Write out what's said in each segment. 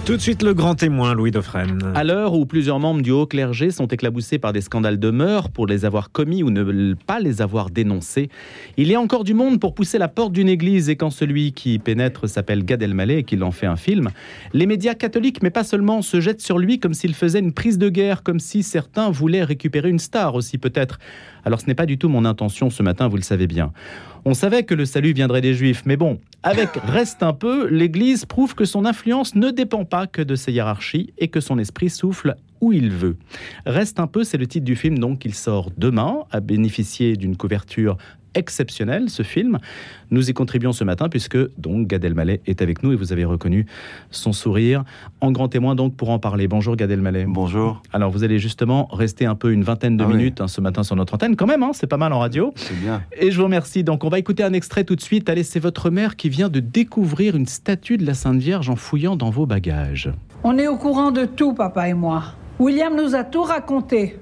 Tout de suite, le grand témoin, Louis Dauphren. À l'heure où plusieurs membres du haut clergé sont éclaboussés par des scandales de mœurs pour les avoir commis ou ne pas les avoir dénoncés, il y a encore du monde pour pousser la porte d'une église. Et quand celui qui pénètre s'appelle Gad Elmaleh et qu'il en fait un film, les médias catholiques, mais pas seulement, se jettent sur lui comme s'il faisait une prise de guerre, comme si certains voulaient récupérer une star aussi peut-être. Alors ce n'est pas du tout mon intention ce matin, vous le savez bien. On savait que le salut viendrait des Juifs, mais bon, avec Reste un peu, l'Église prouve que son influence ne dépend pas que de ses hiérarchies et que son esprit souffle où il veut. Reste un peu, c'est le titre du film, donc il sort demain, a bénéficié d'une couverture exceptionnelle, ce film. Nous y contribuons ce matin puisque donc Gad Elmaleh est avec nous et vous avez reconnu son sourire. En grand témoin donc pour en parler. Bonjour Gad Elmaleh. Bonjour. Alors vous allez justement rester un peu une vingtaine de minutes ce matin sur notre antenne. Quand même, c'est pas mal en radio. C'est bien. Et je vous remercie. Donc on va écouter un extrait tout de suite. Allez, c'est votre mère qui vient de découvrir une statue de la Sainte Vierge en fouillant dans vos bagages. On est au courant de tout, papa et moi. William nous a tout raconté.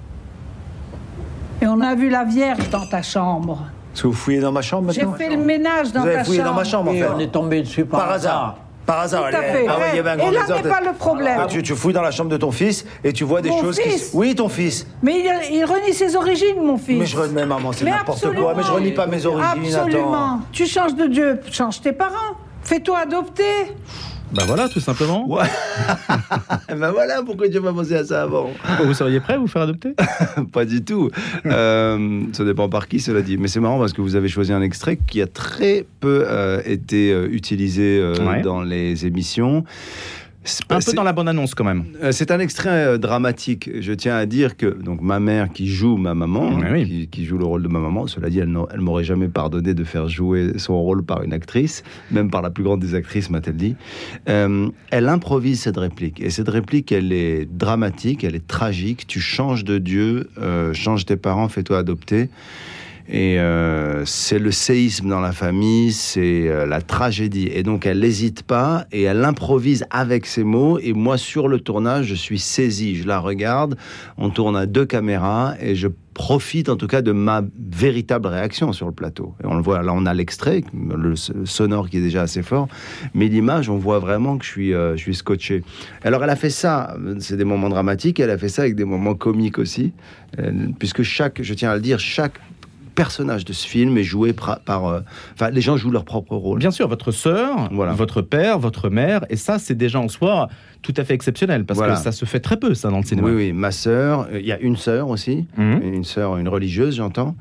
Et on a vu la Vierge dans ta chambre. Est-ce que vous fouillez dans ma chambre maintenant? J'ai fait le ménage dans ta chambre. Vous avez fouillé dans ma chambre en fait? On est tombé dessus par hasard. Par hasard. Tout à fait. Ah ouais, il y avait un grand et là désordre. n'est pas le problème. Tu fouilles dans la chambre de ton fils et tu vois des Mon choses fils. qui... Oui, ton fils. Mais il renie ses origines, mon fils. Mais je renie, maman, c'est Mais n'importe absolument. quoi. Mais je renie pas mes origines, Absolument. attends. Tu changes de Dieu, change tes parents. Fais-toi adopter. Bah voilà, tout simplement. Ouais. Ben voilà, pourquoi tu m'as pensé à ça avant? Vous seriez prêt à vous faire adopter? Pas du tout. Ça dépend par qui, cela dit. Mais c'est marrant parce que vous avez choisi un extrait qui a très peu été utilisé dans les émissions. Un peu dans la bande-annonce quand même. C'est un extrait dramatique. Je tiens à dire que donc ma mère qui joue ma maman, qui joue le rôle de ma maman, cela dit, elle m'aurait jamais pardonné de faire jouer son rôle par une actrice, même par la plus grande des actrices, m'a-t-elle dit. Elle improvise cette réplique. Et cette réplique, elle est dramatique, elle est tragique. Tu changes de Dieu, change tes parents, fais-toi adopter. Et c'est le séisme dans la famille, c'est la tragédie. Et donc, elle n'hésite pas et elle improvise avec ses mots. Et moi, sur le tournage, je suis saisi. Je la regarde, on tourne à 2 caméras et je profite en tout cas de ma véritable réaction sur le plateau. Et on le voit, là on a l'extrait, le sonore qui est déjà assez fort, mais l'image, on voit vraiment que je suis scotché. Alors elle a fait ça, c'est des moments dramatiques, elle a fait ça avec des moments comiques aussi, puisque je tiens à le dire, chaque personnage de ce film est joué par les gens jouent leur propre rôle. Bien sûr, votre sœur, votre père, votre mère, et ça, c'est déjà en soi tout à fait exceptionnel, parce que ça se fait très peu, ça, dans le cinéma. Oui, ma sœur, il y a une sœur aussi, une religieuse, j'entends.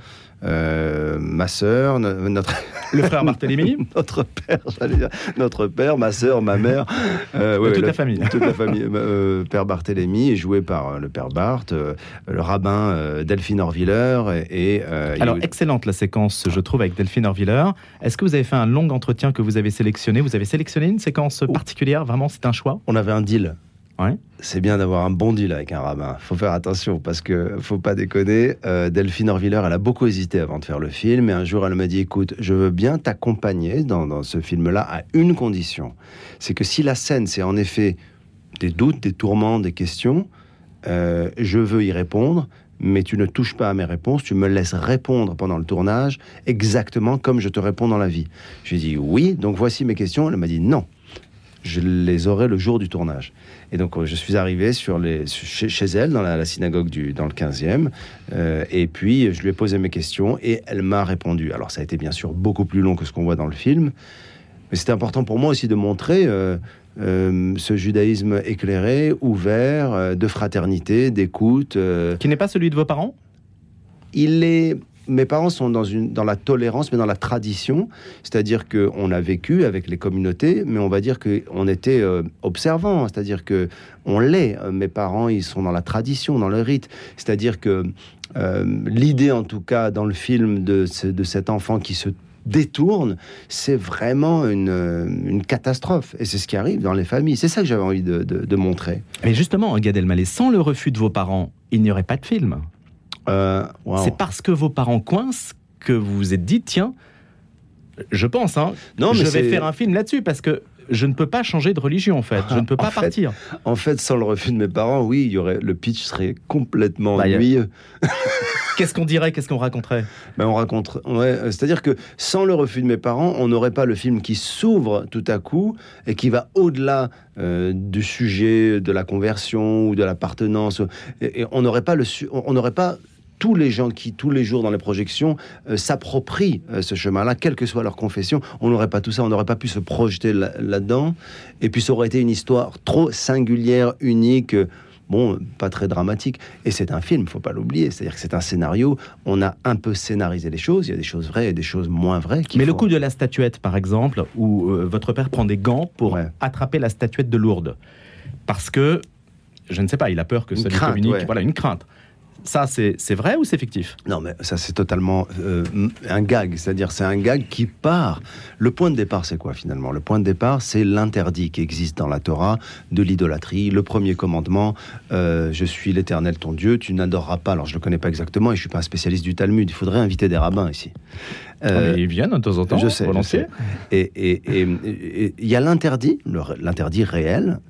Ma sœur, le frère Barthélemy, notre père, ma sœur, ma mère, toute la famille. Toute la famille. Père Barthélemy est joué par le père Barth, le rabbin Delphine Orviller Alors excellente la séquence, je trouve, avec Delphine Orviller. Est-ce que vous avez fait un long entretien que vous avez sélectionné? Vous avez sélectionné une séquence particulière? Vraiment, c'est un choix? On avait un deal. Ouais. C'est bien d'avoir un bon deal avec un rabbin. Faut faire attention parce que faut pas déconner. Delphine Orviller, elle a beaucoup hésité avant de faire le film et un jour elle m'a dit écoute, je veux bien t'accompagner dans ce film-là à une condition, c'est que si la scène c'est en effet des doutes, des tourments, des questions, je veux y répondre. Mais tu ne touches pas à mes réponses, tu me laisses répondre pendant le tournage exactement comme je te réponds dans la vie. J'ai dit oui, donc voici mes questions. Elle m'a dit non. Je les aurai le jour du tournage. Et donc, je suis arrivé chez elle, dans la synagogue dans le 15e. Et puis, je lui ai posé mes questions et elle m'a répondu. Alors, ça a été bien sûr beaucoup plus long que ce qu'on voit dans le film. Mais c'était important pour moi aussi de montrer ce judaïsme éclairé, ouvert, de fraternité, d'écoute. Qui n'est pas celui de vos parents ? Mes parents sont dans la tolérance, mais dans la tradition. C'est-à-dire qu'on a vécu avec les communautés, mais on va dire qu'on était observants. C'est-à-dire qu'on l'est. Mes parents, ils sont dans la tradition, dans le rite. C'est-à-dire que l'idée, en tout cas, dans le film de cet enfant qui se détourne, c'est vraiment une catastrophe. Et c'est ce qui arrive dans les familles. C'est ça que j'avais envie de montrer. Mais justement, Gad Elmaleh, sans le refus de vos parents, il n'y aurait pas de film. Wow. C'est parce que vos parents coincent que vous vous êtes dit, tiens, je pense, je vais faire un film là-dessus, parce que je ne peux pas changer de religion, en fait. Je ne peux pas partir. En fait, sans le refus de mes parents, oui, le pitch serait complètement ennuyeux. Qu'est-ce qu'on dirait, qu'est-ce qu'on raconterait ? C'est-à-dire que sans le refus de mes parents, on n'aurait pas le film qui s'ouvre tout à coup et qui va au-delà du sujet de la conversion ou de l'appartenance. Et on n'aurait pas tous les gens qui, tous les jours dans les projections, s'approprient ce chemin-là, quelle que soit leur confession. On n'aurait pas tout ça, on n'aurait pas pu se projeter là-dedans. Et puis ça aurait été une histoire trop singulière, unique, pas très dramatique. Et c'est un film, il ne faut pas l'oublier. C'est-à-dire que c'est un scénario. On a un peu scénarisé les choses. Il y a des choses vraies et des choses moins vraies. Mais le coup de la statuette, par exemple, où votre père prend des gants pour attraper la statuette de Lourdes. Parce que, je ne sais pas, il a peur que ça lui communique. Ouais. Voilà, une crainte. Ça, c'est vrai ou c'est fictif ? Non, mais ça, c'est totalement un gag. C'est-à-dire, c'est un gag qui part. Le point de départ, c'est quoi, finalement ? Le point de départ, c'est l'interdit qui existe dans la Torah de l'idolâtrie. Le premier commandement, je suis l'Éternel ton Dieu, tu n'adoreras pas. Alors, je ne le connais pas exactement et je ne suis pas un spécialiste du Talmud. Il faudrait inviter des rabbins ici. Mais ils viennent de temps en temps, je sais. Et il y a l'interdit réel,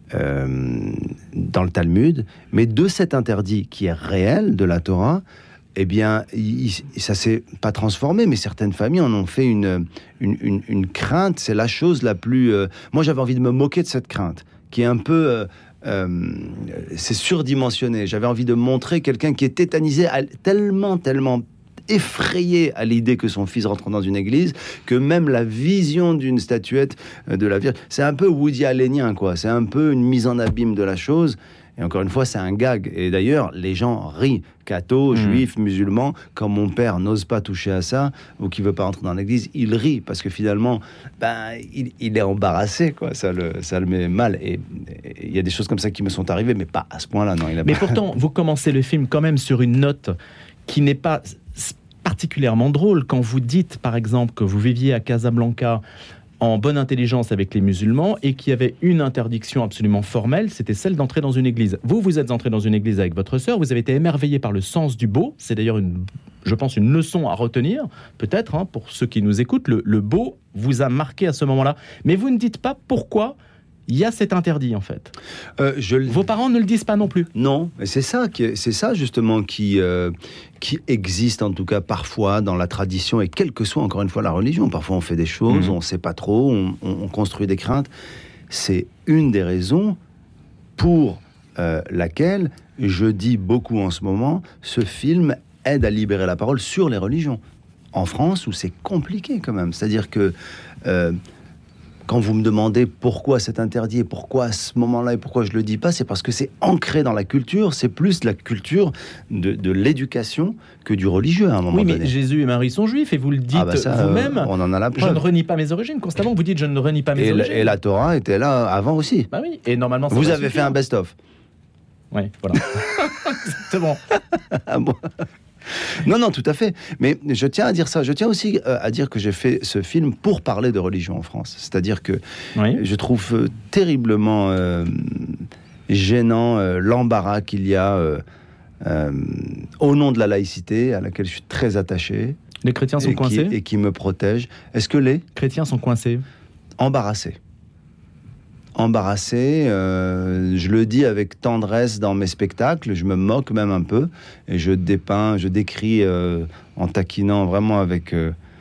dans le Talmud, mais de cet interdit qui est réel de la Torah, eh bien, ça s'est pas transformé, mais certaines familles en ont fait une crainte. C'est la chose la plus... Moi, j'avais envie de me moquer de cette crainte, qui est un peu... c'est surdimensionné. J'avais envie de montrer quelqu'un qui est tétanisé, tellement effrayé à l'idée que son fils rentre dans une église, que même la vision d'une statuette de la Vierge, c'est un peu Woody Allenien, quoi. C'est un peu une mise en abîme de la chose. Et encore une fois, c'est un gag. Et d'ailleurs, les gens rient. Cathos, juifs, musulmans, quand mon père n'ose pas toucher à ça, ou qui veut pas rentrer dans l'église, il rit, parce que finalement, il est embarrassé, quoi. Ça le met mal. Et il y a des choses comme ça qui me sont arrivées, mais pas à ce point-là, non. Mais pourtant, vous commencez le film quand même sur une note qui n'est pas particulièrement drôle. Quand vous dites, par exemple, que vous viviez à Casablanca en bonne intelligence avec les musulmans et qu'il y avait une interdiction absolument formelle, c'était celle d'entrer dans une église. Vous êtes entré dans une église avec votre sœur, vous avez été émerveillé par le sens du beau. C'est d'ailleurs, je pense, une leçon à retenir, peut-être, pour ceux qui nous écoutent. Le beau vous a marqué à ce moment-là. Mais vous ne dites pas pourquoi il y a cet interdit, en fait. Vos parents ne le disent pas non plus. Non, mais c'est ça justement qui existe, en tout cas parfois, dans la tradition, et quelle que soit, encore une fois, la religion. Parfois, on fait des choses, on ne sait pas trop, on construit des craintes. C'est une des raisons pour laquelle je dis beaucoup en ce moment, ce film aide à libérer la parole sur les religions. En France, où c'est compliqué quand même. C'est-à-dire que... quand vous me demandez pourquoi c'est interdit et pourquoi à ce moment-là et pourquoi je le dis pas, c'est parce que c'est ancré dans la culture. C'est plus la culture de l'éducation que du religieux à un moment donné. Oui, mais Jésus et Marie sont juifs et vous le dites vous-même. On en a la preuve. Je ne renie pas mes origines. Constamment, vous dites je ne renie pas mes origines. Et la Torah était là avant aussi. Bah oui. Et normalement, vous avez fait un best-of. Oui, voilà. C'est bon. Ah bon. Non, tout à fait. Mais je tiens à dire ça. Je tiens aussi à dire que j'ai fait ce film pour parler de religion en France. C'est-à-dire que je trouve terriblement gênant l'embarras qu'il y a au nom de la laïcité, à laquelle je suis très attaché. Les chrétiens sont coincés ? Et qui me protège. Est-ce que les chrétiens sont coincés ? Embarrassés, je le dis avec tendresse dans mes spectacles, je me moque même un peu, et je décris en taquinant vraiment avec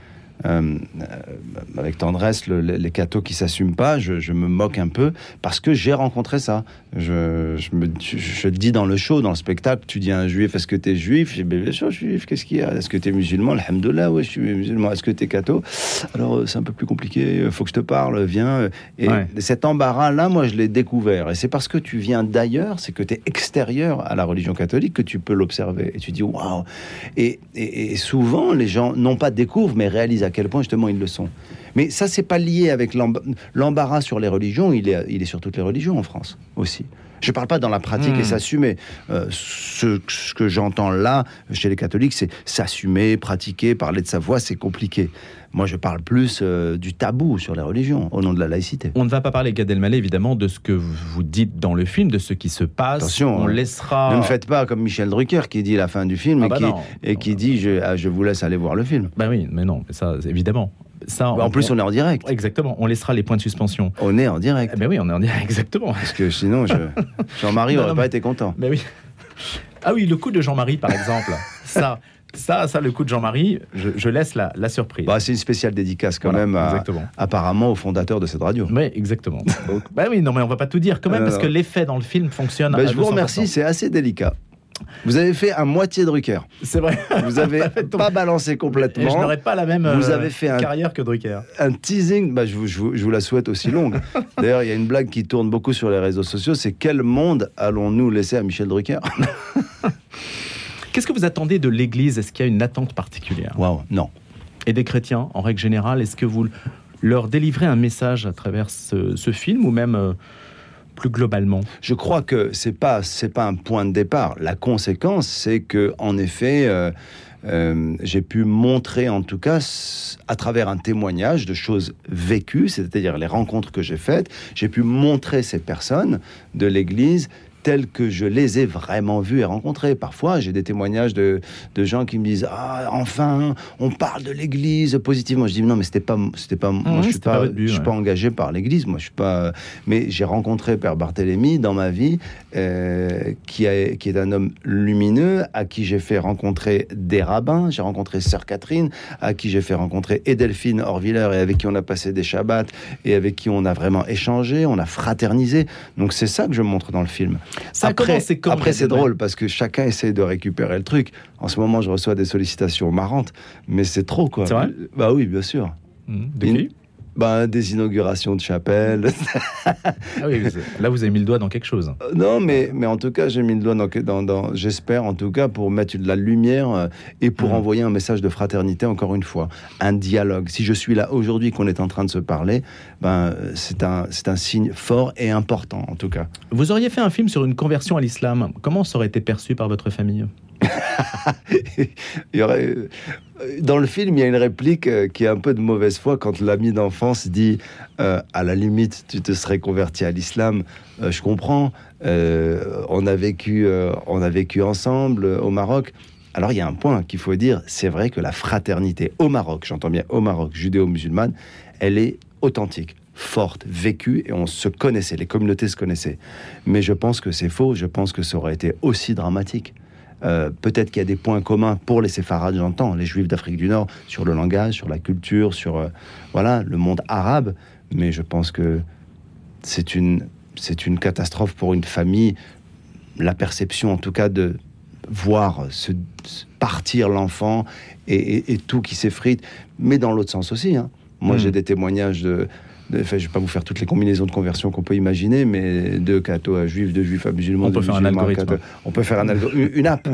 tendresse les cathos qui s'assument pas. Je me moque un peu parce que j'ai rencontré ça. Je dis dans le show, dans le spectacle, tu dis à un juif, est-ce que t'es juif? J'ai dit, bien sûr, je suis juif, qu'est-ce qu'il y a? Est-ce que t'es musulman? Alhamdoulilah, ouais, je suis musulman. Est-ce que t'es catho? Alors, c'est un peu plus compliqué, faut que je te parle, viens. Et cet embarras-là, moi, je l'ai découvert. Et c'est parce que tu viens d'ailleurs, c'est que t'es extérieur à la religion catholique que tu peux l'observer. Et tu dis, waouh! Et souvent, les gens, non pas découvrent, mais réalisent à quel point, justement, ils le sont. Mais ça, c'est pas lié avec l'embarras sur les religions. Il est sur toutes les religions en France aussi. Je parle pas dans la pratique et s'assumer. Ce que j'entends là, chez les catholiques, c'est s'assumer, pratiquer, parler de sa foi, c'est compliqué. Moi, je parle plus du tabou sur les religions, au nom de la laïcité. On ne va pas parler, Gad Elmaleh, évidemment, de ce que vous dites dans le film, de ce qui se passe. Attention, on laissera... Ne me faites pas comme Michel Drucker qui dit la fin du film qui dit « je vous laisse aller voir le film ». Ben oui, mais non, ça, évidemment. Ça, en plus, on est en direct. Exactement, on laissera les points de suspension. On est en direct. Ben oui, on est en direct, exactement. Parce que sinon, Jean-Marie n'aurait pas été content. Mais oui. Ah oui, le coup de Jean-Marie, par exemple. Ça, le coup de Jean-Marie, je laisse la surprise. C'est une spéciale dédicace quand même, apparemment, au fondateur de cette radio. Oui, exactement. Donc, oui, non, mais on va pas tout dire quand même, parce que l'effet dans le film fonctionne à 200%. Je vous remercie, c'est assez délicat. Vous avez fait à moitié Drucker. C'est vrai. Vous avez pas balancé complètement. Et je n'aurais pas la même vous avez fait carrière que Drucker. Un teasing, je vous la souhaite aussi longue. D'ailleurs, il y a une blague qui tourne beaucoup sur les réseaux sociaux, c'est quel monde allons-nous laisser à Michel Drucker? Qu'est-ce que vous attendez de l'Église? Est-ce qu'il y a une attente particulière? Non. Et des chrétiens, en règle générale, est-ce que vous leur délivrez un message à travers ce film, ou même plus globalement? Je crois que c'est pas un point de départ. La conséquence, c'est que, en effet, j'ai pu montrer, en tout cas, à travers un témoignage de choses vécues, c'est-à-dire les rencontres que j'ai faites, j'ai pu montrer ces personnes de l'Église telles que je les ai vraiment vues et rencontrées. Parfois, j'ai des témoignages de gens qui me disent « Ah, enfin, on parle de l'Église positivement. » Je dis « Non, mais c'était pas moi, je suis pas engagé par l'Église. Moi, je suis pas... » Mais j'ai rencontré Père Barthélemy dans ma vie, qui est un homme lumineux, à qui j'ai fait rencontrer des rabbins. J'ai rencontré Sœur Catherine, à qui j'ai fait rencontrer Edelphine Horviller, et avec qui on a passé des Shabbats, et avec qui on a vraiment échangé, on a fraternisé. Donc, c'est ça que je montre dans le film. Après, c'est drôle parce que chacun essaie de récupérer le truc. En ce moment, je reçois des sollicitations marrantes, mais c'est trop, quoi. C'est vrai ? Oui, bien sûr. De qui ? Des inaugurations de chapelles. Oui, là, vous avez mis le doigt dans quelque chose. Non, mais en tout cas, j'ai mis le doigt dans j'espère, en tout cas, pour mettre de la lumière et pour envoyer un message de fraternité, encore une fois. Un dialogue. Si je suis là aujourd'hui, qu'on est en train de se parler, c'est un signe fort et important, en tout cas. Vous auriez fait un film sur une conversion à l'islam. Comment ça aurait été perçu par votre famille ? Dans le film, il y a une réplique qui est un peu de mauvaise foi quand l'ami d'enfance dit à la limite, tu te serais converti à l'islam. Je comprends. On a vécu ensemble au Maroc. Alors, il y a un point qu'il faut dire, c'est vrai que la fraternité au Maroc, j'entends bien au Maroc, judéo-musulmane, elle est authentique, forte, vécue, et on se connaissait, les communautés se connaissaient. Mais je pense que c'est faux, je pense que ça aurait été aussi dramatique. Peut-être qu'il y a des points communs pour les séfarades, j'entends, les juifs d'Afrique du Nord, sur le langage, sur la culture, sur le monde arabe, mais je pense que c'est une catastrophe pour une famille, la perception en tout cas de voir partir l'enfant et tout qui s'effrite, mais dans l'autre sens aussi. Moi, j'ai des témoignages je ne vais pas vous faire toutes les combinaisons de conversion qu'on peut imaginer, mais de catho à juif, de juif à musulman. On peut faire un algorithme. On peut faire une app.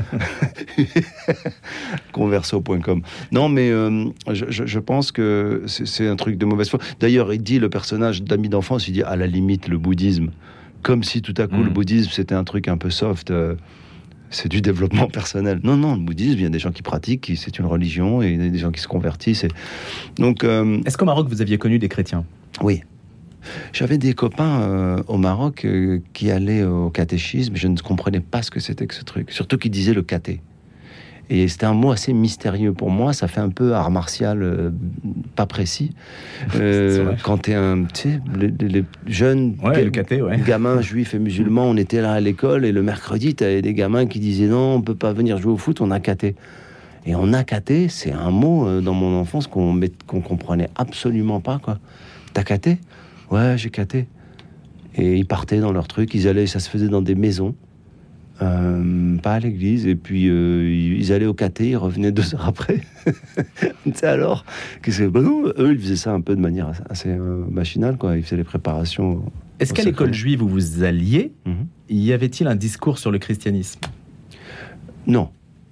Converso.com. Non, mais je pense que c'est un truc de mauvaise foi. D'ailleurs, le personnage d'ami d'enfance, il dit à la limite le bouddhisme. Comme si tout à coup le bouddhisme, c'était un truc un peu soft. C'est du développement personnel. Non, le bouddhisme, il y a des gens qui pratiquent, c'est une religion, et il y a des gens qui se convertissent. Donc, est-ce qu'au Maroc, vous aviez connu des chrétiens ? Oui. J'avais des copains au Maroc qui allaient au catéchisme. Je ne comprenais pas ce que c'était que ce truc. Surtout qu'ils disaient le caté. Et c'était un mot assez mystérieux pour moi. Ça fait un peu art martial, pas précis. Quand t'es les jeunes gamins juifs et musulmans, on était là à l'école et le mercredi, t'avais des gamins qui disaient non, on peut pas venir jouer au foot, on a caté. Et on a caté, c'est un mot dans mon enfance qu'on comprenait absolument pas, quoi. T'as caté ? Ouais, j'ai caté. Et ils partaient dans leur truc, ça se faisait dans des maisons. Pas à l'église, et puis ils allaient au caté, ils revenaient 2 heures après. Alors, non, eux ils faisaient ça un peu de manière assez machinale, quoi. Ils faisaient les préparations. Est-ce qu'à l'école juive où vous alliez, y avait-il un discours sur le christianisme ? Non,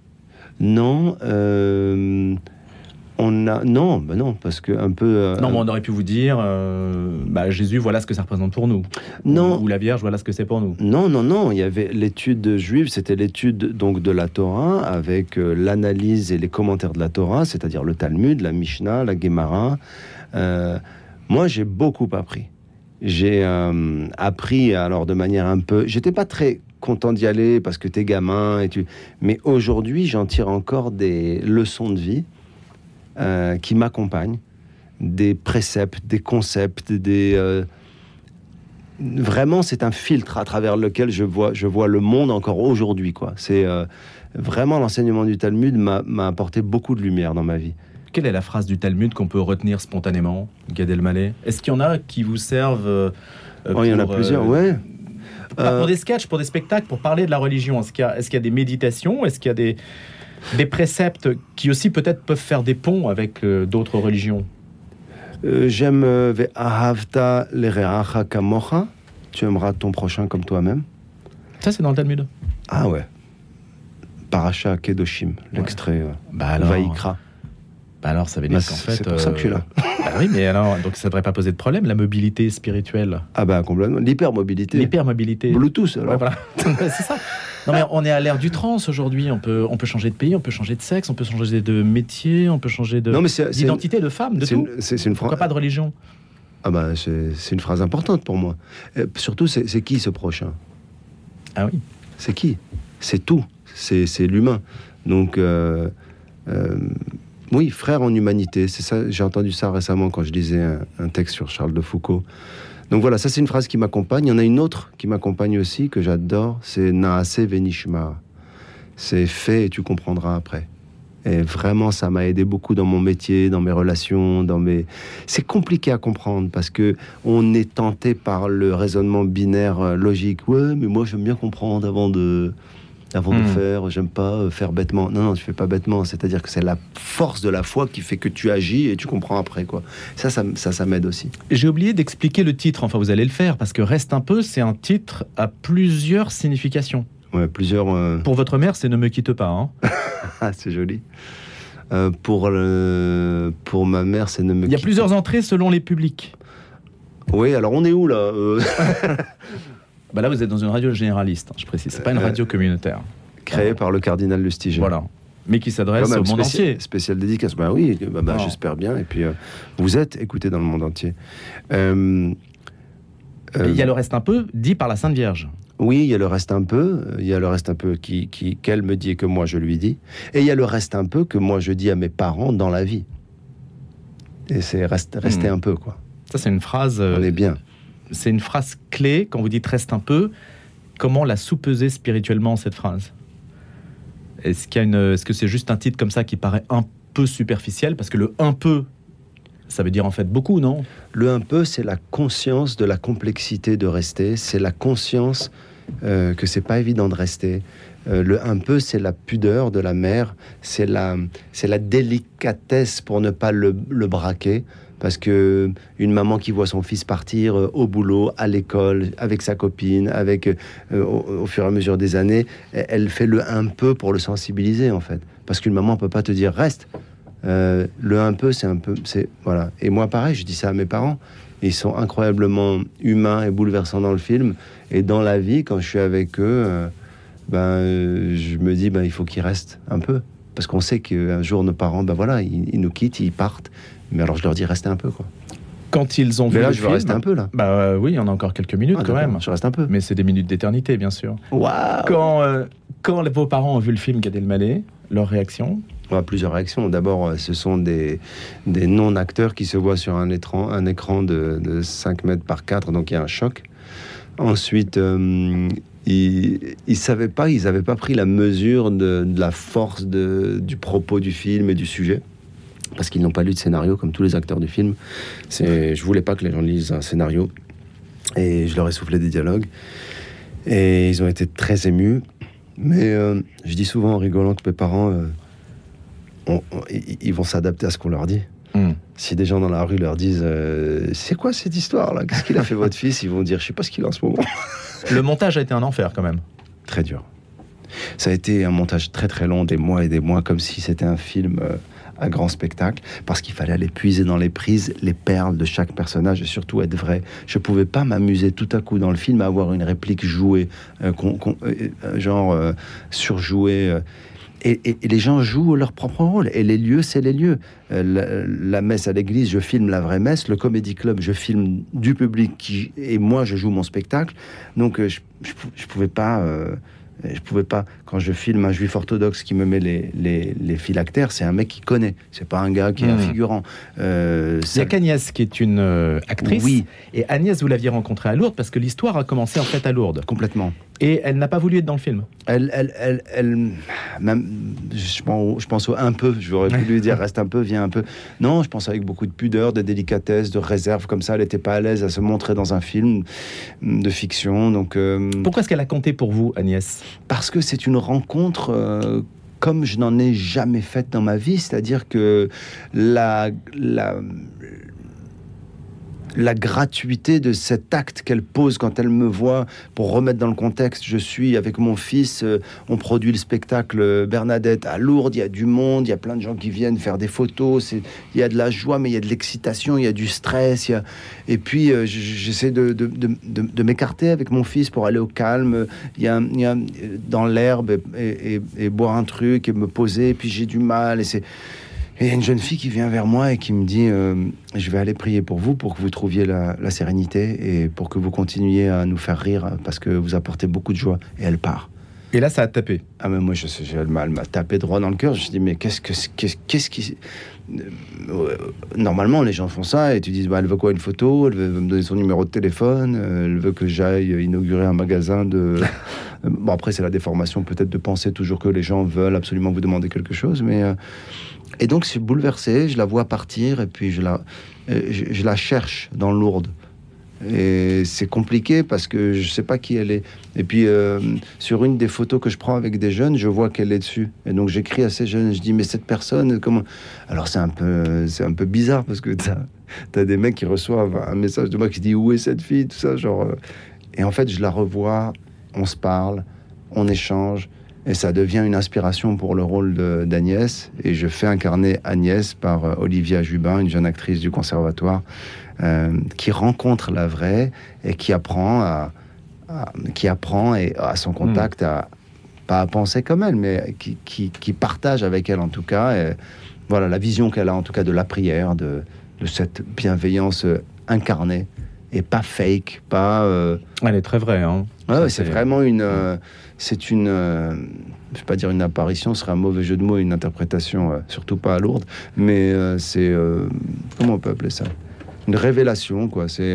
non, parce que un peu. Non, mais on aurait pu vous dire, Jésus, voilà ce que ça représente pour nous. Non. Ou la Vierge, voilà ce que c'est pour nous. Non. Il y avait l'étude juive, c'était l'étude donc de la Torah avec l'analyse et les commentaires de la Torah, c'est-à-dire le Talmud, la Mishnah, la Gemara. Moi, j'ai beaucoup appris. J'ai appris alors de manière un peu. J'étais pas très content d'y aller parce que t'es gamin mais aujourd'hui, j'en tire encore des leçons de vie. Qui m'accompagnent, des préceptes, des concepts, vraiment, c'est un filtre à travers lequel je vois le monde encore aujourd'hui, quoi. C'est vraiment l'enseignement du Talmud m'a apporté beaucoup de lumière dans ma vie. Quelle est la phrase du Talmud qu'on peut retenir spontanément, Gad Elmaleh ? Est-ce qu'il y en a qui vous servent il y en a plusieurs, ouais. Pour des sketchs, pour des spectacles, pour parler de la religion, est-ce qu'il y a des méditations ? Est-ce qu'il y a des préceptes qui aussi peut-être peuvent faire des ponts avec d'autres religions ? J'aime Ve'ahavta l'ereacha kamocha. Tu aimeras ton prochain comme toi-même. Ça, c'est dans le Talmud. Ah ouais. Parasha Kedoshim, l'extrait alors, Vaïkra. Alors, ça veut dire qu'en fait... C'est pour ça que je suis là. Oui, mais alors, donc ça ne devrait pas poser de problème, la mobilité spirituelle. Ah complètement. L'hypermobilité. Bluetooth, alors. Ouais, voilà. C'est ça. Non, mais on est à l'ère du trans aujourd'hui. On peut changer de pays, on peut changer de sexe, on peut changer de métier, on peut changer d'identité, de femme, de tout. Pourquoi pas de religion ? C'est une phrase importante pour moi. Surtout, c'est qui ce prochain ? Ah oui. C'est qui ? C'est tout. C'est l'humain. Donc... oui, frère en humanité, c'est ça. J'ai entendu ça récemment quand je lisais un texte sur Charles de Foucault. Donc voilà, ça c'est une phrase qui m'accompagne. Il y en a une autre qui m'accompagne aussi, que j'adore, c'est Naase Venishma. C'est fait et tu comprendras après. Et vraiment, ça m'a aidé beaucoup dans mon métier, dans mes relations, C'est compliqué à comprendre parce que on est tenté par le raisonnement binaire logique. Ouais, mais moi j'aime bien comprendre avant de faire, j'aime pas faire bêtement. Non, tu fais pas bêtement. C'est-à-dire que c'est la force de la foi qui fait que tu agis et tu comprends après, quoi. Ça m'aide aussi. J'ai oublié d'expliquer le titre. Enfin, vous allez le faire parce que Reste un peu, c'est un titre à plusieurs significations. Ouais, plusieurs. Pour votre mère, c'est Ne me quitte pas. Hein. Ah, c'est joli. Pour ma mère, c'est Ne me quitte pas. Il y a plusieurs entrées selon les publics. Oui, alors on est où là Là, vous êtes dans une radio généraliste, je précise. C'est pas une radio communautaire. Créée par le cardinal Lustiger. Voilà. Mais qui s'adresse au monde entier. Spécial dédicace. Oui, j'espère bien. Et puis, vous êtes écoutés dans le monde entier. Il y a le Reste un peu, dit par la Sainte Vierge. Oui, il y a le Reste un peu. Il y a le Reste un peu qu'elle me dit et que moi je lui dis. Et il y a le Reste un peu que moi je dis à mes parents dans la vie. Et c'est rester un peu, quoi. Ça, c'est une phrase... On est bien. C'est une phrase clé, quand vous dites « reste un peu », comment la sous-peser spirituellement, cette phrase ? Est-ce que c'est juste un titre comme ça qui paraît un peu superficiel ? Parce que le « un peu », ça veut dire en fait beaucoup, non ? Le « un peu », c'est la conscience de la complexité de rester, c'est la conscience que c'est pas évident de rester. Le « un peu », c'est la pudeur de la mère, c'est la délicatesse pour ne pas le braquer. Parce que une maman qui voit son fils partir au boulot, à l'école, avec sa copine, au fur et à mesure des années, elle fait le un peu pour le sensibiliser, en fait. Parce qu'une maman peut pas te dire reste. Le un peu, voilà. Et moi, pareil, je dis ça à mes parents. Ils sont incroyablement humains et bouleversants dans le film. Et dans la vie, quand je suis avec eux, je me dis, il faut qu'ils restent un peu. Parce qu'on sait qu'un jour, nos parents, ils nous quittent, ils partent. Mais alors je leur dis restez un peu, quoi. Quand ils ont vu le film, je veux rester un peu là. Oui, on a encore quelques minutes quand même. Je reste un peu. Mais c'est des minutes d'éternité, bien sûr. Waouh. Quand vos parents ont vu le film Gad Elmaleh, leur réaction ? Plusieurs réactions. D'abord, ce sont des non-acteurs qui se voient sur un écran de 5 mètres par 4, donc il y a un choc. Ensuite, ils savaient pas, ils n'avaient pas pris la mesure de la force du propos du film et du sujet. Parce qu'ils n'ont pas lu de scénario, comme tous les acteurs du film. Je voulais pas que les gens lisent un scénario. Et je leur ai soufflé des dialogues. Et ils ont été très émus. Mais je dis souvent en rigolant que mes parents, ils vont s'adapter à ce qu'on leur dit. Si des gens dans la rue leur disent c'est quoi cette histoire-là ? Qu'est-ce qu'il a fait votre fils ? Ils vont dire je sais pas ce qu'il a en ce moment. Le montage a été un enfer, quand même. Très dur. Ça a été un montage très très long, des mois, comme si c'était un film... à grand spectacle, parce qu'il fallait aller puiser dans les prises les perles de chaque personnage et surtout être vrai. Je pouvais pas m'amuser tout à coup dans le film à avoir une réplique jouée, surjouée. Et les gens jouent leur propre rôle. Et les lieux, c'est les lieux. La messe à l'église, je filme la vraie messe. Le Comedy Club, je filme du public et moi, je joue mon spectacle. Donc, je pouvais pas... Je pouvais pas, quand je filme un juif orthodoxe qui me met les phylactères, c'est un mec qui connaît, c'est pas un gars qui est un figurant. Il y a qu'Agnès qui est une actrice, oui. Et Agnès, vous l'aviez rencontrée à Lourdes, parce que l'histoire a commencé en fait à Lourdes. Complètement. Et elle n'a pas voulu être dans le film. Même, je pense au un peu, j'aurais pu lui dire reste un peu, viens un peu. Non, je pense avec beaucoup de pudeur, de délicatesse, de réserve, comme ça, elle n'était pas à l'aise à se montrer dans un film de fiction. Donc, pourquoi est-ce qu'elle a compté pour vous, Agnès ? Parce que c'est une rencontre comme je n'en ai jamais faite dans ma vie, c'est-à-dire que la gratuité de cet acte qu'elle pose quand elle me voit, pour remettre dans le contexte, je suis avec mon fils, on produit le spectacle Bernadette à Lourdes, il y a du monde, il y a plein de gens qui viennent faire des photos, il y a de la joie, mais il y a de l'excitation, il y a du stress, et puis j'essaie de m'écarter avec mon fils pour aller au calme, il y a dans l'herbe et boire un truc et me poser, et puis j'ai du mal, et il y a une jeune fille qui vient vers moi et qui me dit je vais aller prier pour vous, pour que vous trouviez la sérénité et pour que vous continuiez à nous faire rire parce que vous apportez beaucoup de joie. Et elle part. Et là, ça a tapé. Ah mais moi, elle m'a tapé droit dans le cœur. Je me dis mais qu'est-ce qui... Normalement, les gens font ça et tu dis elle veut quoi, une photo, elle veut me donner son numéro de téléphone, elle veut que j'aille inaugurer un magasin de... Bon, après, c'est la déformation peut-être de penser toujours que les gens veulent absolument vous demander quelque chose, mais... Et donc, je suis bouleversé, je la vois partir, et puis je la cherche dans Lourdes. Et c'est compliqué parce que je ne sais pas qui elle est. Et puis, sur une des photos que je prends avec des jeunes, je vois qu'elle est dessus. Et donc, j'écris à ces jeunes, je dis, mais cette personne, comment... Alors, c'est un peu bizarre parce que t'as des mecs qui reçoivent un message de moi qui dit, où est cette fille, tout ça, genre... Et en fait, je la revois, on se parle, on échange, et ça devient une inspiration pour le rôle d'Agnès. Et je fais incarner Agnès par Olivia Jubin, une jeune actrice du conservatoire, qui rencontre la vraie et qui apprend à son contact pas à penser comme elle, mais qui partage avec elle en tout cas. Et voilà la vision qu'elle a en tout cas de la prière, de cette bienveillance incarnée et pas fake, pas... Elle est très vraie, hein. Ouais, c'est vraiment une... c'est une... je ne vais pas dire une apparition, ce serait un mauvais jeu de mots, une interprétation, surtout pas à Lourdes, mais c'est... comment on peut appeler ça ? Une révélation, quoi. C'est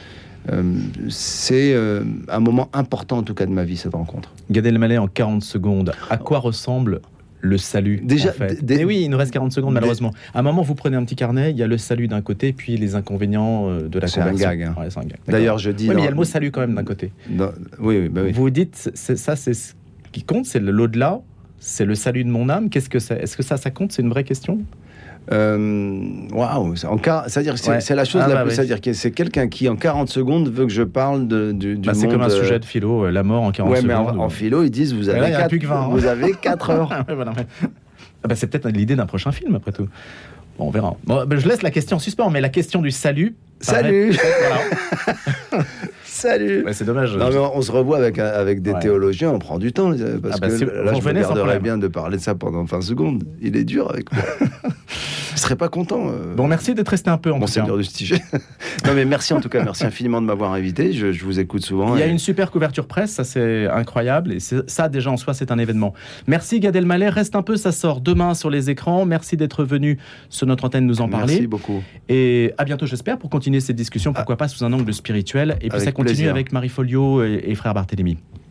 un moment important, en tout cas, de ma vie, cette rencontre. Gad Elmaleh, en 40 secondes, à quoi ressemble le salut, déjà, en fait. Et oui, il nous reste 40 secondes, malheureusement. À un moment, vous prenez un petit carnet, il y a le salut d'un côté, puis les inconvénients de la conversion. C'est un gag. Hein. Ouais, c'est un gag. D'ailleurs, je dis... Oui, mais il y a le mot salut quand même d'un côté. Oui. Vous dites, ça, c'est ce qui compte, c'est l'au-delà, c'est le salut de mon âme. Qu'est-ce que c'est ? Est-ce que ça compte ? C'est une vraie question ? Waouh, c'est-à-dire c'est la chose la plus, c'est-à-dire que c'est quelqu'un qui en 40 secondes veut que je parle du monde. C'est comme un sujet de philo, la mort en 40 secondes. Mais en philo, ils disent vous avez 4 heures. C'est peut-être l'idée d'un prochain film, après tout. Bon, on verra. Bon, je laisse la question en suspens, mais la question du salut. Salut. Salut. C'est dommage. Non, mais on se revoit avec des théologiens, on prend du temps. Parce que là, je me garderais bien de parler de ça pendant 20 secondes. Il est dur avec moi. Je serais pas content. Bon, merci d'être resté un peu en Monseigneur du Stiget. Non, mais merci en tout cas. Merci infiniment de m'avoir invité. Je vous écoute souvent. Il y a une super couverture presse, ça c'est incroyable. Et ça, déjà en soi, c'est un événement. Merci Gad Elmaleh. Reste un peu, ça sort demain sur les écrans. Merci d'être venu sur notre antenne nous en parler. Merci beaucoup. Et à bientôt, j'espère, pour continuer cette discussion. Pourquoi pas sous un angle spirituel. Et puis ça continue avec Marie Folliot et Frère Barthélémy.